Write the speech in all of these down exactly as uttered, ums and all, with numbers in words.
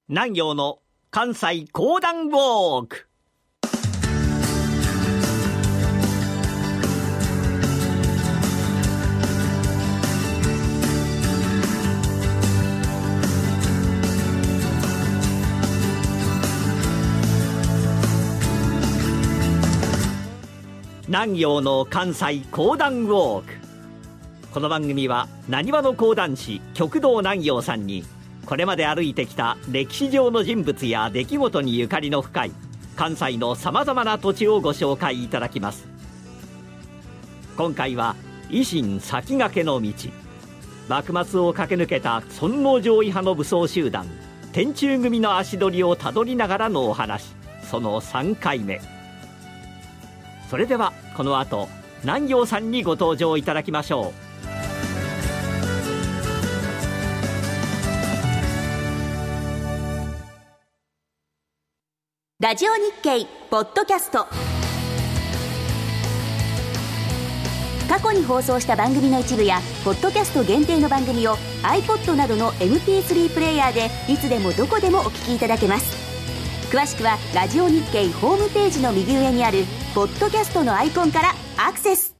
南陽の関西講談ウォーク。南陽の関西講談ウォーク。この番組はなにわの講談師旭堂南陽さんに、これまで歩いてきた歴史上の人物や出来事にゆかりの深い関西のさまざまな土地をご紹介いただきます。今回は維新先駆けの道、幕末を駆け抜けた尊王攘夷派の武装集団天中組の足取りをたどりながらのお話、そのさんかいめ。それではこの後南陽さんにご登場いただきましょう。 ラジオ日経ポッドキャスト、過去に放送した番組の一部やポッドキャスト限定の番組を iPod などの エムピースリー プレイヤーでいつでもどこでもお聞きいただけます。詳しくはラジオ日経ホームページの右上にあるポッドキャストのアイコンからアクセス。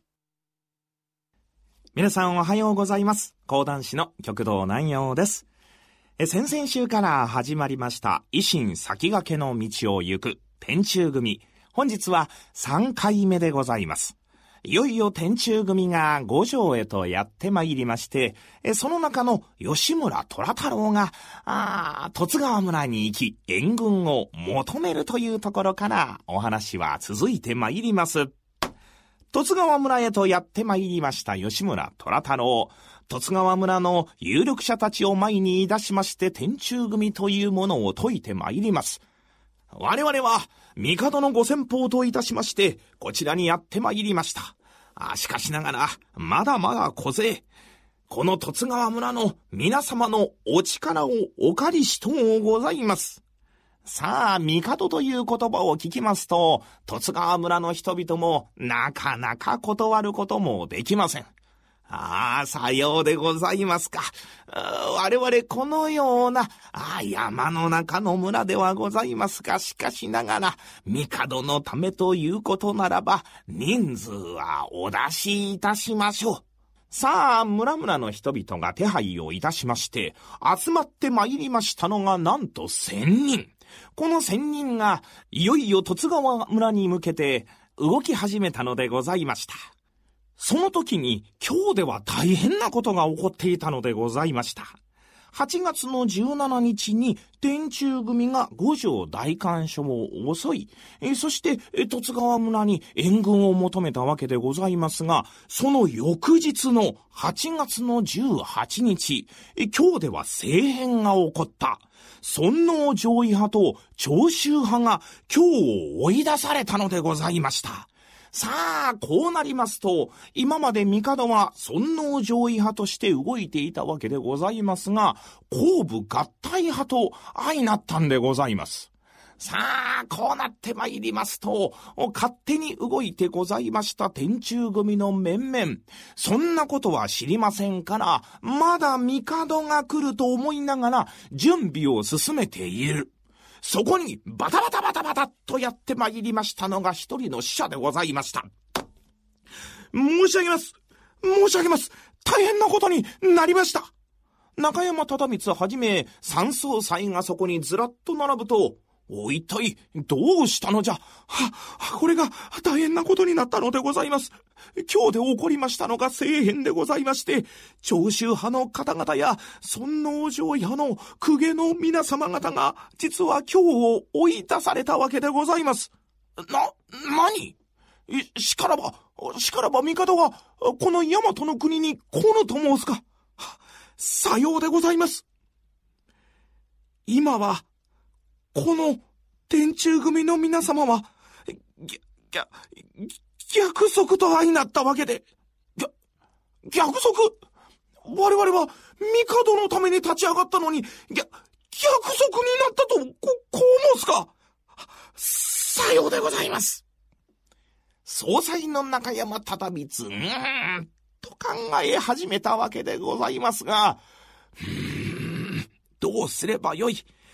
皆さんおはようございます。講談師の旭堂南陽です。え先々週から始まりました維新先駆けの道を行く天中組。本日はさんかいめでございます。いよいよ天中組が五条へとやってまいりまして、その中の吉村虎太郎が、あ十津川村に行き援軍を求めるというところからお話は続いてまいります。十津川村へとやってまいりました吉村虎太郎。十津川村の有力者たちを前に出しまして天中組というものを説いてまいります。我々は帝のご先鋒といたしましてこちらにやってまいりました。あしかしながらまだまだ小勢、この十津川村の皆様のお力をお借りしとうございます。さあ帝という言葉を聞きますと十津川村の人々もなかなか断ることもできません。ああ、さようでございますか。我々このようなあ山の中の村ではございますが、しかしながら帝のためということならば人数はお出しいたしましょう。さあ村々の人々が手配をいたしまして集まってまいりましたのがなんと千人。この千人がいよいよ十津川村に向けて動き始めたのでございました。その時に京では大変なことが起こっていたのでございました。はちがつのじゅうしちにちに天中組が五条代官所を襲い、えそして十津川村に援軍を求めたわけでございますが、その翌日のはちがつのじゅうはちにち、京では政変が起こった。尊王攘夷派と長州派が京を追い出されたのでございました。さあこうなりますと今まで帝は尊王攘夷派として動いていたわけでございますが、公武合体派と相なったんでございます。さあこうなってまいりますと勝手に動いてございました天中組の面々、そんなことは知りませんからまだ帝が来ると思いながら準備を進めている。そこにバタバタバタバタとやってまいりましたのが一人の使者でございました。申し上げます申し上げます大変なことになりました。中山忠光はじめ三総裁がそこにずらっと並ぶと、お一体どうしたのじゃ。は、これが大変なことになったのでございます。今日で起こりましたのが政変でございまして、長州派の方々や尊王攘夷派の公家の皆様方が実は京を追い出されたわけでございます。な、何？しからば、しからば帝はこの大和の国に来ぬと申すか。さようでございます。今はこの天中組の皆様はぎゃぎゃ逆賊と相なったわけで、ぎゃ逆賊？我々は帝のために立ち上がったのにぎゃ逆賊になったと こ, こう申すか。さようでございます。総裁の中山忠光、うーんと考え始めたわけでございますが、うーんどうすればよい。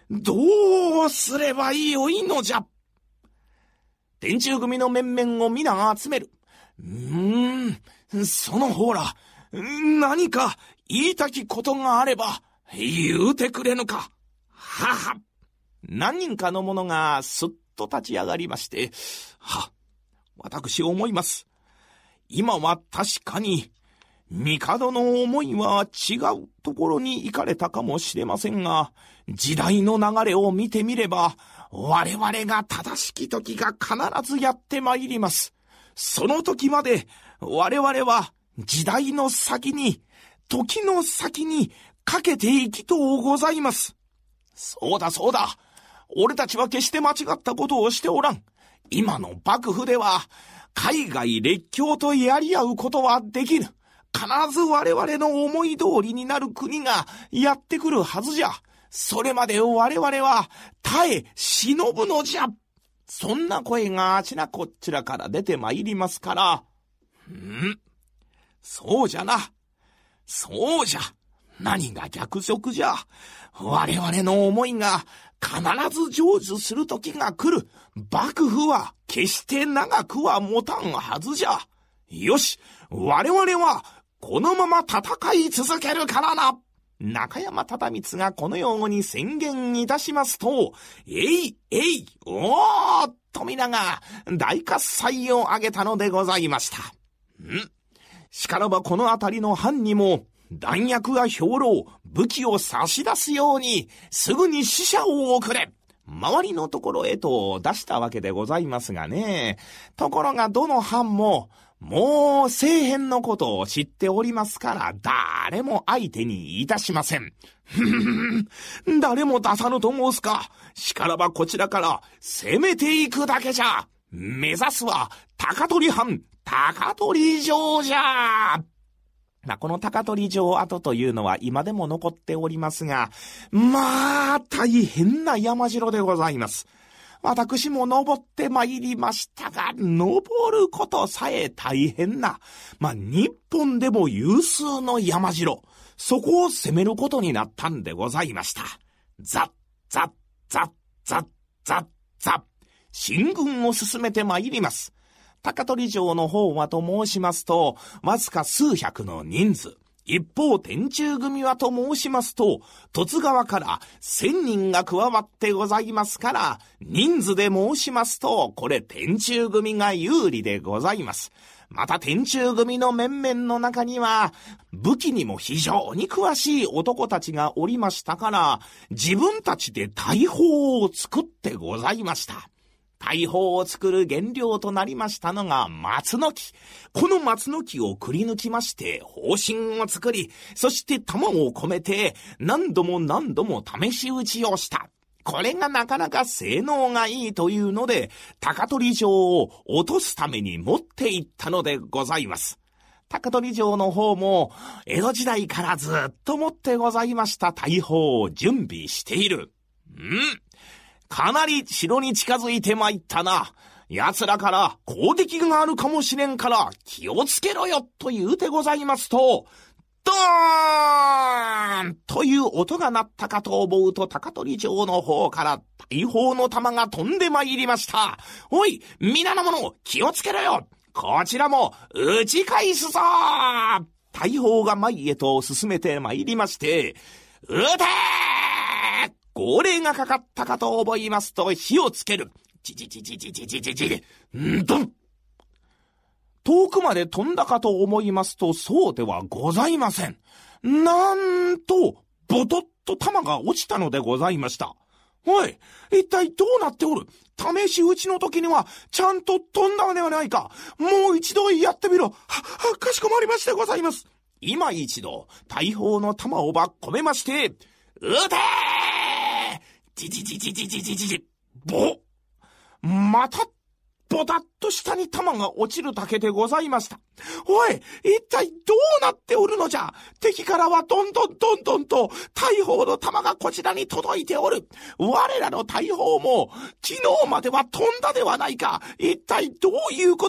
どうすればよいのじゃ。天中組の面々を皆集める。うーん、その方ら、何か言いたきことがあれば、言うてくれぬか。はは。何人かの者がすっと立ち上がりまして、は、私思います。今は確かに、帝の思いは違うところに行かれたかもしれませんが、時代の流れを見てみれば、我々が正しき時が必ずやってまいります。その時まで我々は時代の先に、時の先にかけていきとうございます。そうだそうだ。俺たちは決して間違ったことをしておらん。今の幕府では、海外列強とやり合うことはできぬ。必ず我々の思い通りになる国がやってくるはずじゃ。それまで我々は耐え忍ぶのじゃ。そんな声があちらこちらから出てまいりますから。ん？そうじゃな。そうじゃ。何が逆賊じゃ。我々の思いが必ず成就する時が来る。幕府は決して長くは持たんはずじゃ。よし、我々はこのまま戦い続けるからな。中山忠光がこのように宣言いたしますと、えいえい、おーっと皆が大喝采を上げたのでございました。んしからばこのあたりの藩にも、弾薬や兵糧、武器を差し出すように、すぐに使者を送れ。周りのところへと出したわけでございますがね。ところがどの藩も、もう政変のことを知っておりますから、誰も相手にいたしません。ふふふ、誰も出さぬと申すか。しからばこちらから攻めていくだけじゃ。目指すは高取藩、高取城じゃ。まあ、この高取城跡というのは今でも残っておりますが、まあ、大変な山城でございます。私も登って参りましたが、登ることさえ大変な、まあ、日本でも有数の山城、そこを攻めることになったんでございました。ザッ、ザッ、ザッ、ザッ、ザッ、ザッ、進軍を進めて参ります。高取城の方はと申しますと、わずか数百の人数。一方、天中組はと申しますと、十津川から千人が加わってございますから、人数で申しますと、これ天中組が有利でございます。また天中組の面々の中には、武器にも非常に詳しい男たちがおりましたから、自分たちで大砲を作ってございました。大砲を作る原料となりましたのが松の木。この松の木をくり抜きまして砲身を作り、そして弾を込めて何度も何度も試し撃ちをした。これがなかなか性能がいいというので、高取城を落とすために持っていったのでございます。高取城の方も江戸時代からずっと持ってございました大砲を準備している。うんかなり城に近づいてまいったな。奴らから攻撃があるかもしれんから気をつけろよと言うてございますと、ドーンという音が鳴ったかと思うと、高取城の方から大砲の弾が飛んでまいりました。おい、皆の者気をつけろよ。こちらも撃ち返すぞ。大砲が前へと進めてまいりまして、撃て号令がかかったかと思いますと、火をつける。じじじじじじじじじ。んどん。遠くまで飛んだかと思いますと、そうではございません。なんと、ボトッと弾が落ちたのでございました。おい、一体どうなっておる？試し撃ちの時には、ちゃんと飛んだのではないか。もう一度やってみろ。は、は、かしこまりましてございます。今一度、大砲の弾をばっ込めまして、撃てーじじじじじじじじじ、ぼまた、ぼたっと下に弾が落ちるだけでございました。おい、一体どうなっておるのじゃ。敵からはどんどんどんどんと大砲の弾がこちらに届いておる。我らの大砲も昨日までは飛んだではないか。一体どういうことじゃ。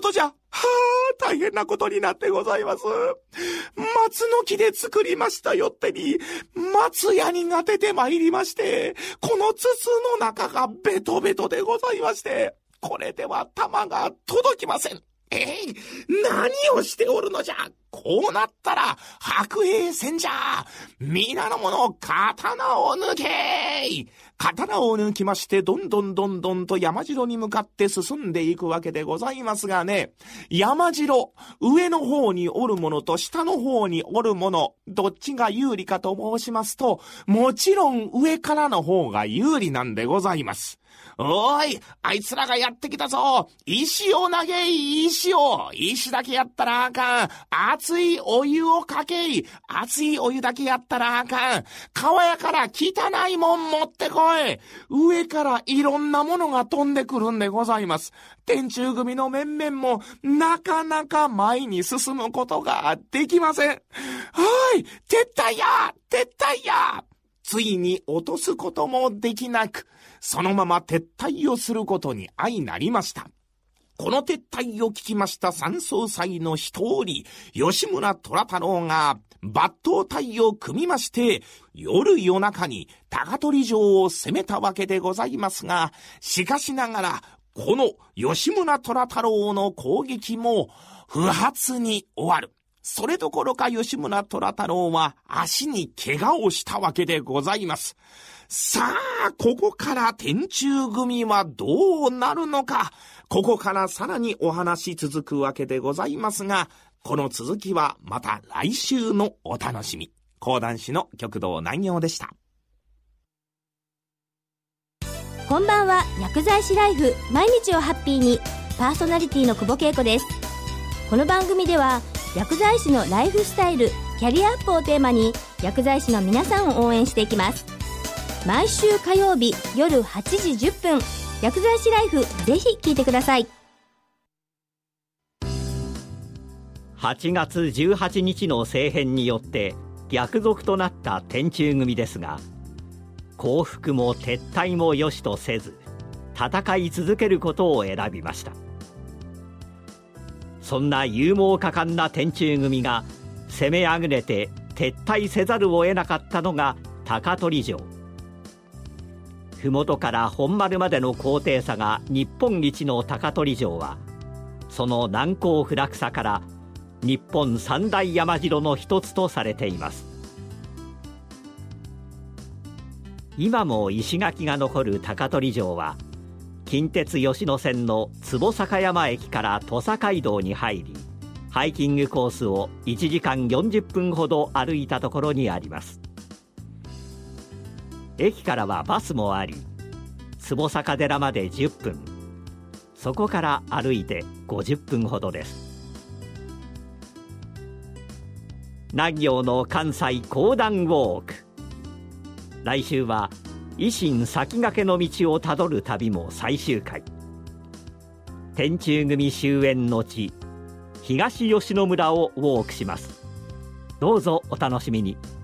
はあ、大変なことになってございます。松の木で作りましたよってに、松ヤニが出てまいりまして、この筒の中がベトベトでございまして、これでは弾が届きません。えい、何をしておるのじゃ。こうなったら白兵戦じゃ。皆の者、刀を抜け。刀を抜きまして、どんどんどんどんと山城に向かって進んでいくわけでございますがね、山城、上の方におる者と下の方におる者、どっちが有利かと申しますと、もちろん上からの方が有利なんでございます。おい、あいつらがやってきたぞ。石を投げい、石を。石だけやったらあかん。熱いお湯をかけい。熱いお湯だけやったらあかん。川やから汚いもん持ってこい。上からいろんなものが飛んでくるんでございます。天中組の面々もなかなか前に進むことができません。おい、撤退や撤退や。ついに落とすこともできなく、そのまま撤退をすることに相なりました。この撤退を聞きました三総裁の一人、吉村虎太郎が抜刀隊を組みまして、夜夜中に高取城を攻めたわけでございますが、しかしながら、この吉村虎太郎の攻撃も不発に終わる。それどころか吉村虎太郎は足に怪我をしたわけでございます。さあ、ここから天中組はどうなるのか。ここからさらにお話続くわけでございますが、この続きはまた来週のお楽しみ。講談師の旭堂南陽でした。 こんばんは。薬剤師ライフ毎日をハッピーに、パーソナリティの久保恵子です。この番組では薬剤師のライフスタイル、キャリアアップをテーマに薬剤師の皆さんを応援していきます。毎週火曜日夜はちじじゅっぷん、薬剤師ライフ、ぜひ聞いてください。 はちがつじゅうはちにちの政変によって逆賊となった天中組ですが、降伏も撤退もよしとせず、戦い続けることを選びました。そんな勇猛果敢な天中組が攻めあぐねて撤退せざるを得なかったのが高取城。麓から本丸までの高低差が日本一の高取城は、その難攻不落さから日本三大山城の一つとされています。今も石垣が残る高取城は、近鉄吉野線の坪坂山駅から土佐街道に入り、ハイキングコースをいちじかんよんじゅっぷんほど歩いたところにあります。駅からはバスもあり、坪坂寺までじゅっぷん、そこから歩いてごじゅっぷんほどです。南陽の関西講談ウォーク。来週は維新先駆けの道をたどる旅も最終回。天中組終焉の地、東吉野村をウォークします。どうぞお楽しみに。